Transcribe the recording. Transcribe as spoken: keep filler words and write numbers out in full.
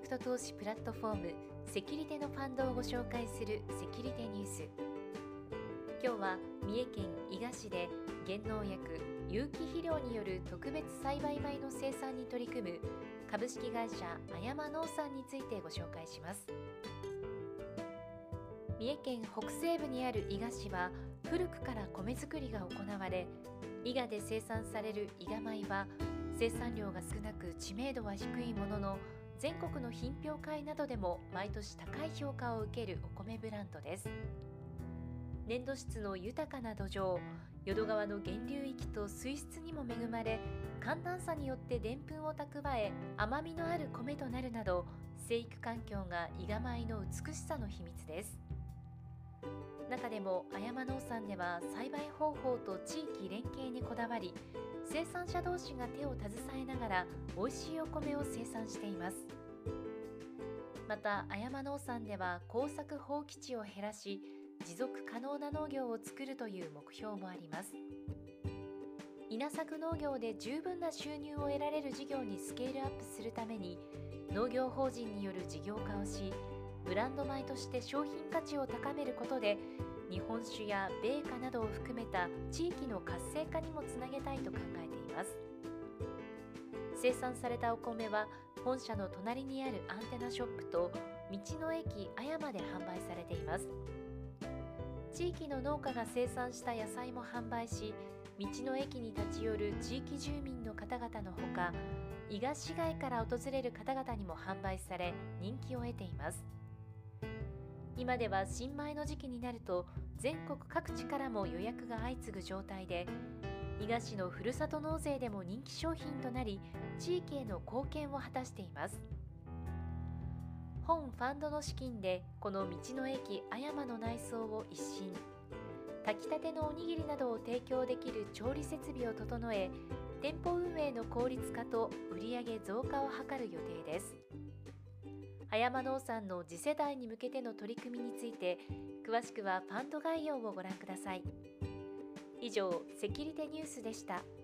クト投資プラットフォームセキュリテのファンドをご紹介するセキュリテニュース。今日は三重県伊賀市で減農薬有機肥料による特別栽培米の生産に取り組む株式会社あやま農産についてご紹介します。三重県北西部にある伊賀市は古くから米作りが行われ、伊賀で生産される伊賀米は生産量が少なく知名度は低いものの、全国の品評会などでも毎年高い評価を受けるお米ブランドです。粘土質の豊かな土壌、淀川の源流域と水質にも恵まれ、寒暖差によってでんぷんを蓄え甘みのある米となるなど、生育環境が伊賀米の美しさの秘密です。中でもあやま農産では栽培方法と地域連携にこだわり、生産者同士が手を携えながら美味しいお米を生産しています。またあやま農産では耕作放棄地を減らし、持続可能な農業を作るという目標もあります。稲作農業で十分な収入を得られる事業にスケールアップするために、農業法人による事業化をし、ブランド米として商品価値を高めることで、日本酒や米菓などを含めた地域の活性化にもつなげたいと考えています。生産されたお米は本社の隣にあるアンテナショップと道の駅あやまで販売されています。地域の農家が生産した野菜も販売し、道の駅に立ち寄る地域住民の方々のほか、伊賀市外から訪れる方々にも販売され人気を得ています。今では新米の時期になると全国各地からも予約が相次ぐ状態で、伊賀市のふるさと納税でも人気商品となり、地域への貢献を果たしています。本ファンドの資金でこの道の駅あやまの内装を一新、炊きたてのおにぎりなどを提供できる調理設備を整え、店舗運営の効率化と売上増加を図る予定です。あやま農産の次世代に向けての取り組みについて、詳しくはファンド概要をご覧ください。以上、セキュリテニュースでした。